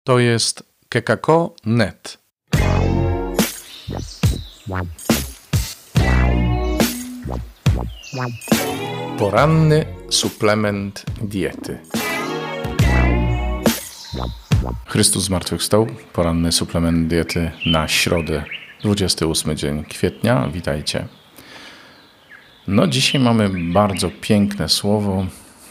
To jest kekako.net. Poranny suplement diety. Chrystus zmartwychwstał. Poranny suplement diety na środę, 28 dzień kwietnia. Witajcie. Dzisiaj mamy bardzo piękne słowo,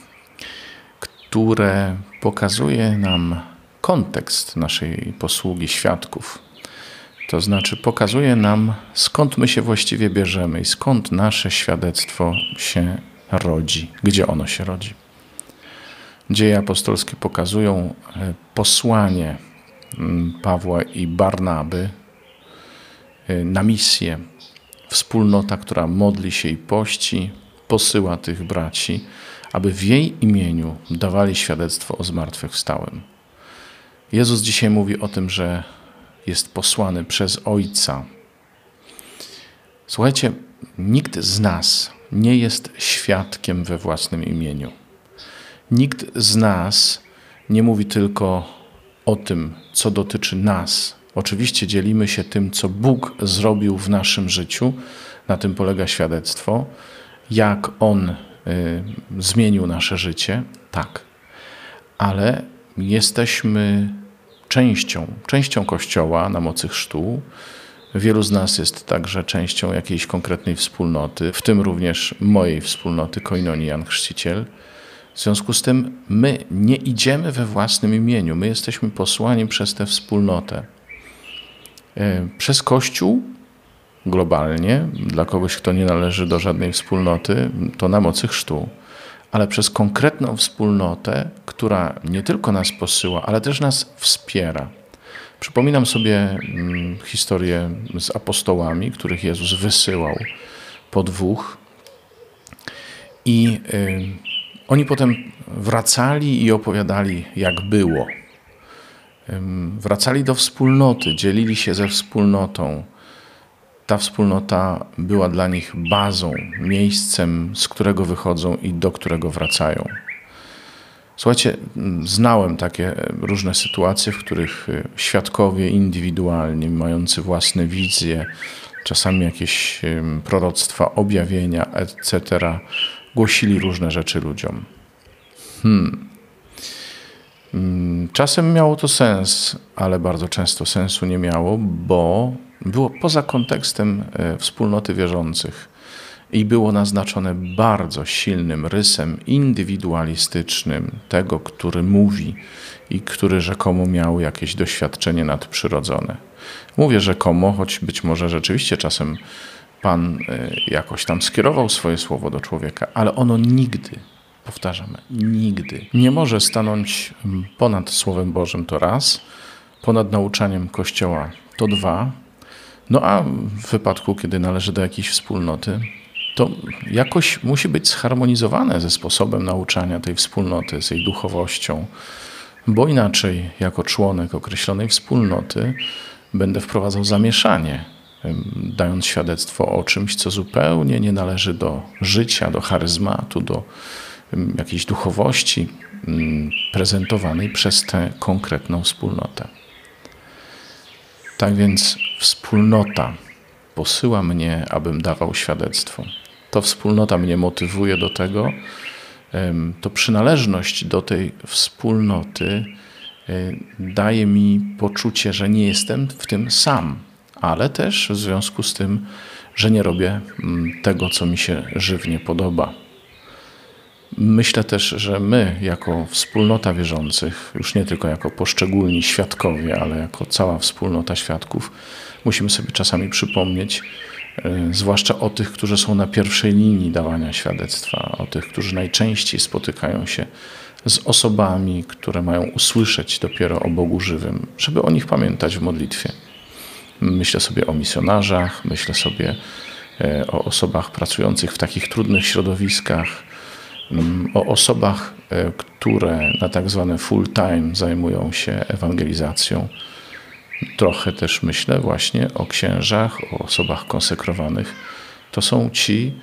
które pokazuje nam kontekst naszej posługi świadków. To znaczy pokazuje nam, skąd my się właściwie bierzemy i skąd nasze świadectwo się rodzi, gdzie ono się rodzi. Dzieje apostolskie pokazują posłanie Pawła i Barnaby na misję. Wspólnota, która modli się i pości, posyła tych braci, aby w jej imieniu dawali świadectwo o zmartwychwstałym. Jezus dzisiaj mówi o tym, że jest posłany przez Ojca. Słuchajcie, nikt z nas nie jest świadkiem we własnym imieniu. Nikt z nas nie mówi tylko o tym, co dotyczy nas. Oczywiście dzielimy się tym, co Bóg zrobił w naszym życiu. Na tym polega świadectwo. Jak On zmienił nasze życie, tak. Ale jesteśmy częścią Kościoła na mocy chrztu. Wielu z nas jest także częścią jakiejś konkretnej wspólnoty, w tym również mojej wspólnoty Koinonii Jan Chrzciciel. W związku z tym my nie idziemy we własnym imieniu. My jesteśmy posłani przez tę wspólnotę. Przez Kościół globalnie, dla kogoś, kto nie należy do żadnej wspólnoty, to na mocy chrztu, ale przez konkretną wspólnotę, która nie tylko nas posyła, ale też nas wspiera. Przypominam sobie historię z apostołami, których Jezus wysyłał po dwóch i oni potem wracali i opowiadali, jak było. Wracali do wspólnoty, dzielili się ze wspólnotą. Ta wspólnota była dla nich bazą, miejscem, z którego wychodzą i do którego wracają. Słuchajcie, znałem takie różne sytuacje, w których świadkowie indywidualni, mający własne wizje, czasami jakieś proroctwa, objawienia, etc., głosili różne rzeczy ludziom. Czasem miało to sens, ale bardzo często sensu nie miało, bo było poza kontekstem wspólnoty wierzących i było naznaczone bardzo silnym rysem indywidualistycznym tego, który mówi i który rzekomo miał jakieś doświadczenie nadprzyrodzone. Mówię rzekomo, choć być może rzeczywiście czasem Pan jakoś tam skierował swoje słowo do człowieka, ale ono nigdy, powtarzam, nigdy nie może stanąć ponad Słowem Bożym, to raz, ponad nauczaniem Kościoła, to dwa, a w wypadku, kiedy należy do jakiejś wspólnoty, to jakoś musi być zharmonizowane ze sposobem nauczania tej wspólnoty, z jej duchowością, bo inaczej jako członek określonej wspólnoty będę wprowadzał zamieszanie, dając świadectwo o czymś, co zupełnie nie należy do życia, do charyzmatu, do jakiejś duchowości prezentowanej przez tę konkretną wspólnotę. Tak więc wspólnota posyła mnie, abym dawał świadectwo. To wspólnota mnie motywuje do tego, to przynależność do tej wspólnoty daje mi poczucie, że nie jestem w tym sam, ale też w związku z tym, że nie robię tego, co mi się żywnie podoba. Myślę też, że my jako wspólnota wierzących, już nie tylko jako poszczególni świadkowie, ale jako cała wspólnota świadków, musimy sobie czasami przypomnieć, zwłaszcza o tych, którzy są na pierwszej linii dawania świadectwa, o tych, którzy najczęściej spotykają się z osobami, które mają usłyszeć dopiero o Bogu żywym, żeby o nich pamiętać w modlitwie. Myślę sobie o misjonarzach, myślę sobie o osobach pracujących w takich trudnych środowiskach, o osobach, które na tak zwane full time zajmują się ewangelizacją. Trochę też myślę właśnie o księżach, o osobach konsekrowanych. To są ci,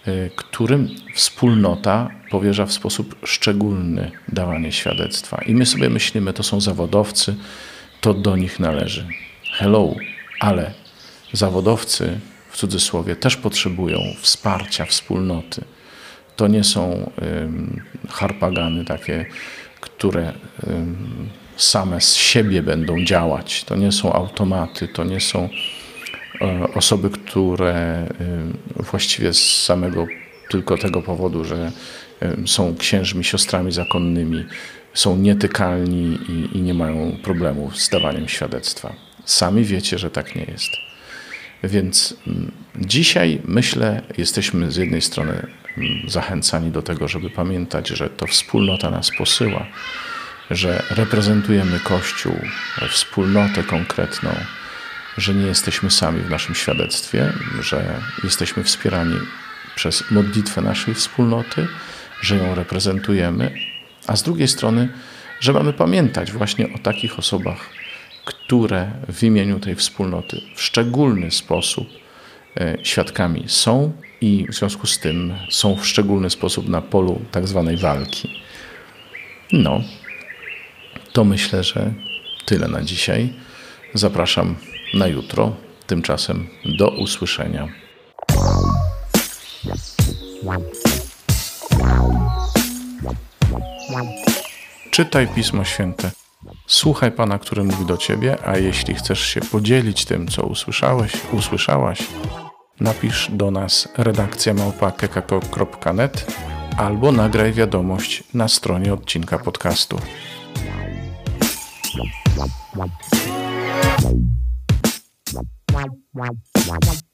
którym wspólnota powierza w sposób szczególny dawanie świadectwa. I my sobie myślimy, to są zawodowcy, to do nich należy. Hello, ale zawodowcy, w cudzysłowie, też potrzebują wsparcia wspólnoty. To nie są harpagany takie, które same z siebie będą działać. To nie są automaty, to nie są osoby, które właściwie z samego tylko tego powodu, że są księżmi, siostrami zakonnymi, są nietykalni i nie mają problemów z dawaniem świadectwa. Sami wiecie, że tak nie jest. Więc dzisiaj, myślę, jesteśmy z jednej strony zachęcani do tego, żeby pamiętać, że to wspólnota nas posyła, że reprezentujemy Kościół, wspólnotę konkretną, że nie jesteśmy sami w naszym świadectwie, że jesteśmy wspierani przez modlitwę naszej wspólnoty, że ją reprezentujemy, a z drugiej strony, że mamy pamiętać właśnie o takich osobach, które w imieniu tej wspólnoty w szczególny sposób świadkami są i w związku z tym są w szczególny sposób na polu tak zwanej walki. No, to myślę, że tyle na dzisiaj. Zapraszam na jutro. Tymczasem do usłyszenia. Czytaj Pismo Święte. Słuchaj Pana, który mówi do Ciebie, a jeśli chcesz się podzielić tym, co usłyszałaś, napisz do nas redakcja@kekako.net albo nagraj wiadomość na stronie odcinka podcastu. Wow.